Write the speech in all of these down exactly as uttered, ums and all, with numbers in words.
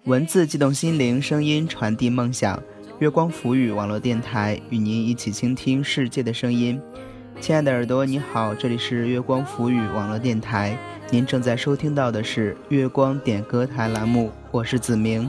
文字激动心灵，声音传递梦想。月光浮语网络电台与您一起倾听世界的声音。亲爱的耳朵你好，这里是月光浮语网络电台，您正在收听到的是月光点歌台栏目，我是子明。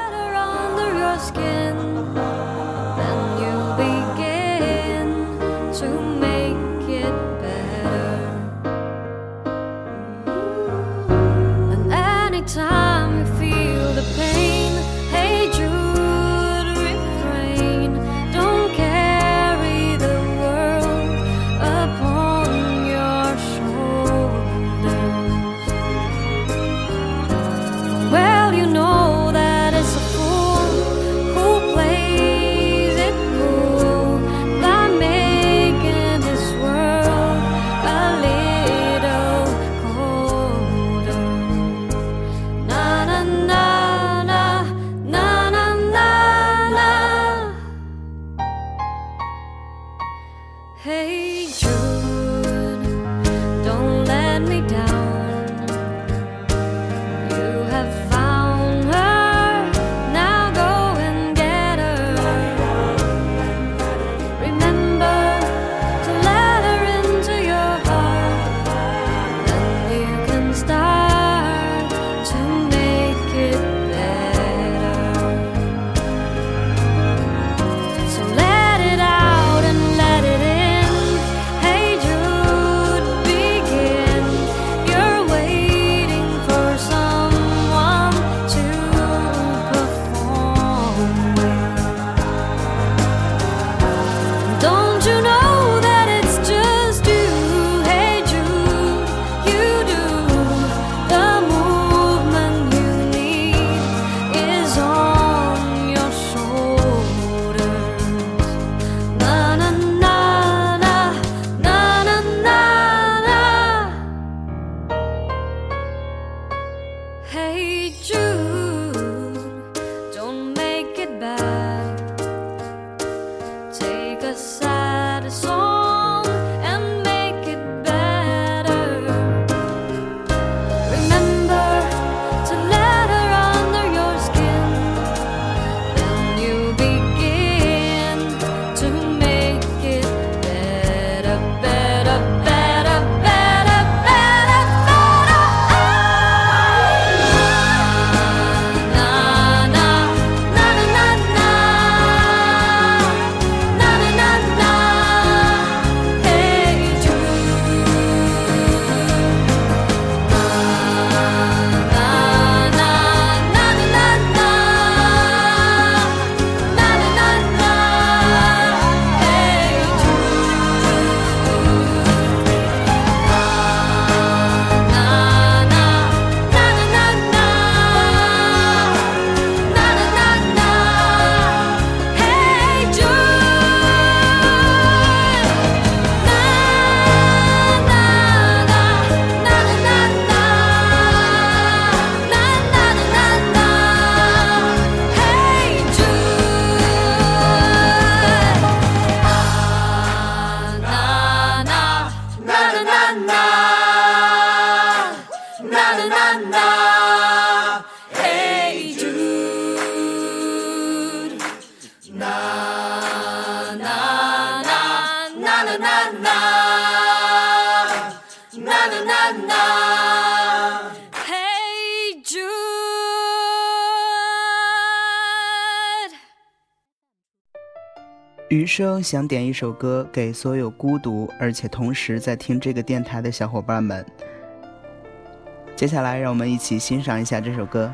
余生想点一首歌给所有孤独而且同时在听这个电台的小伙伴们。接下来让我们一起欣赏一下这首歌。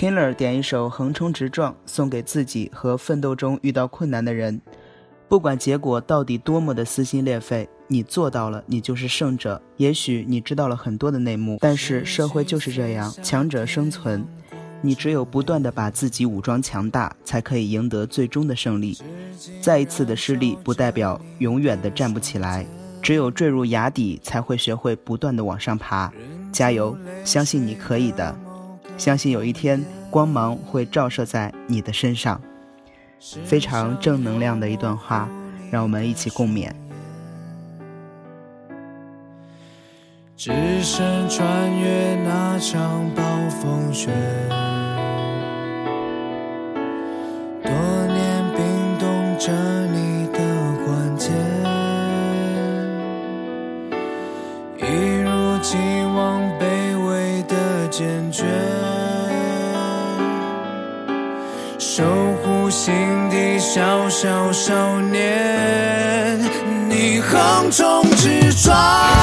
Killer 点一首横冲直撞，送给自己和奋斗中遇到困难的人。不管结果到底多么的撕心裂肺，你做到了，你就是胜者。也许你知道了很多的内幕，但是社会就是这样，强者生存。你只有不断地把自己武装强大，才可以赢得最终的胜利。再一次的失利不代表永远的站不起来，只有坠入崖底，才会学会不断地往上爬。加油，相信你可以的，相信有一天光芒会照射在你的身上。非常正能量的一段话，让我们一起共勉。 只身穿越那场暴风雪，多年冰冻着你的关节，一如既往卑微的坚决，守护心底小小少年，你横冲直撞，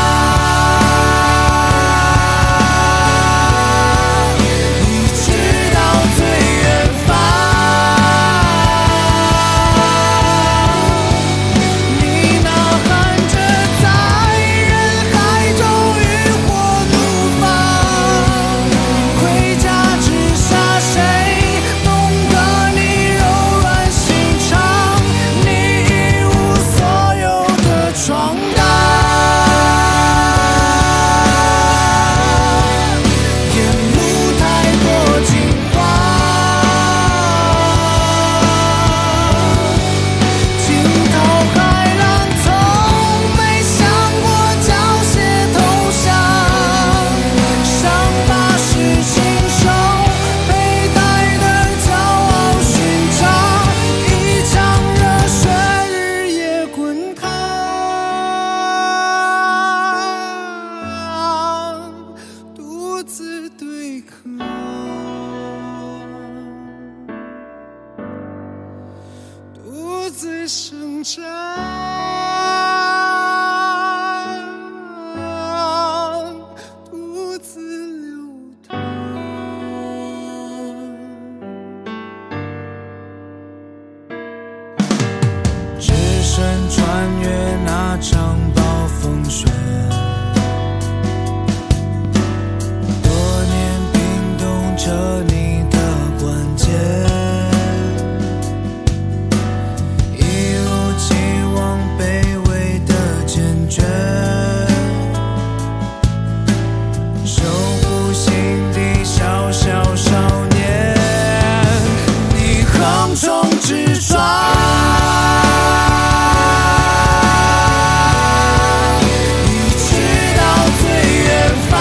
独自生长，独自流淌。只身穿越那场暴风雪，多年冰冻着你的关节，守护心底小小少年，你横冲直撞，一直到最远方。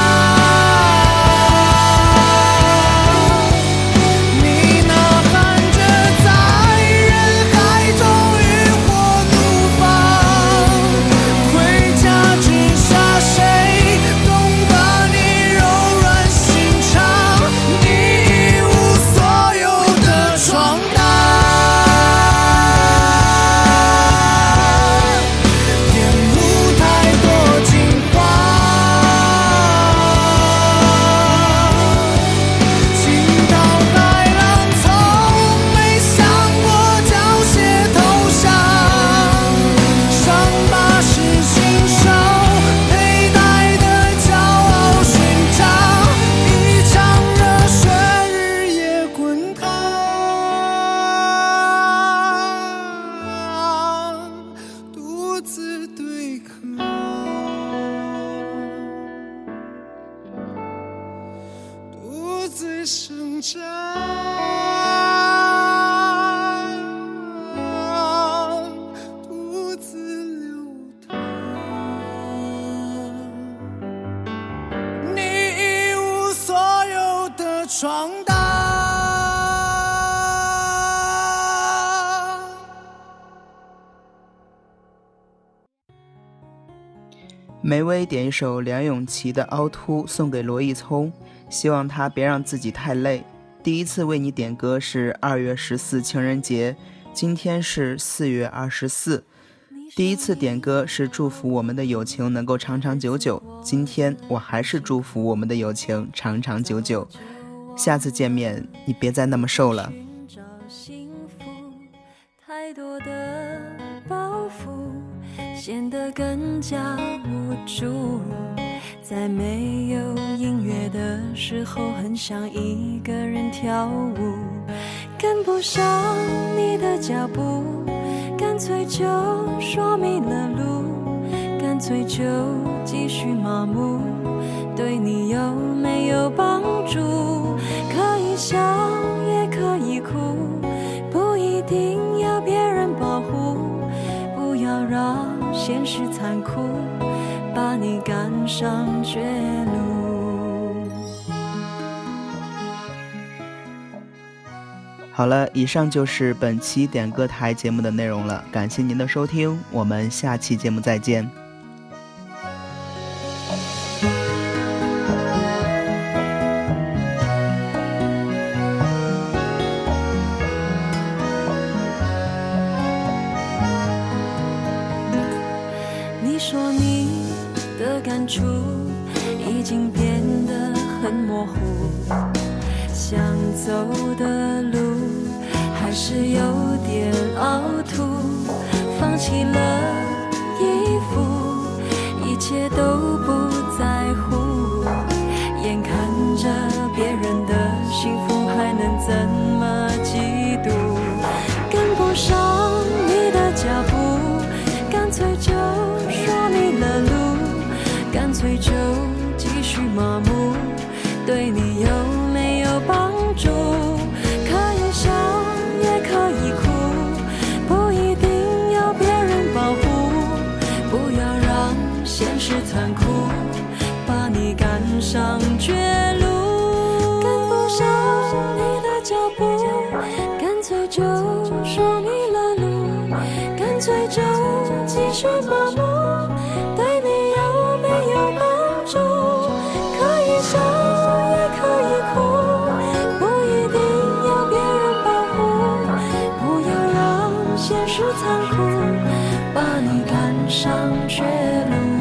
你呐喊着在人海中浴火怒放，盔甲之下谁懂得你柔软心肠？你一无所有的闯荡，沿路太多惊慌，惊涛骇浪，从没想过缴械投降，伤疤是亲手佩戴的骄傲勋章，一场热血日夜滚烫，独自对抗，独自生长，独自流淌。你一无所有的闯荡。 梅薇点一首梁咏琪的《凹凸》送给罗一聪，希望他别让自己太累。第一次为你点歌是二月十四情人节，今天是四月二十四。第一次点歌是祝福我们的友情能够长长久久，今天我还是祝福我们的友情长长久久。 下次见面你别再那么瘦了。 寻找幸福，太多的包袱显得更加无助，在没有音乐的时候很想一个人跳舞，跟不上你的脚步，干脆就说迷了路，干脆就继续麻木，对你有没有帮助？可以笑也可以哭，不一定要别人保护，不要让现实残酷把你赶上绝路。 好了，以上就是本期点歌台节目的内容了，感谢您的收听，我们下期节目再见。 你说你的感触已经变得很模糊，想走的路还是有点凹凸，放弃了衣服，一切都不在乎，眼看着别人的幸福还能怎么嫉妒，跟不上你的脚步，干脆就说迷了路，干脆就继续麻木，对你有没有帮助？可以笑也可以哭，不一定要别人保护，不要让现实残酷把你赶上绝路，跟不上你的脚步，干脆就说迷了路，干脆就继续麻木，对你有没有帮助？可以笑也可以哭，不一定要别人保护，不要让现实残酷把你赶上绝路。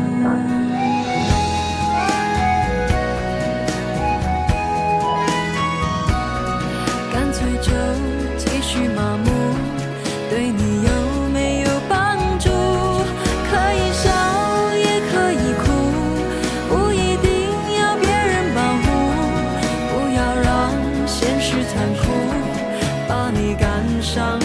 干脆就继续麻木，对你有没有帮助？可以笑也可以哭，不一定要别人保护，不要让现实残酷把你赶上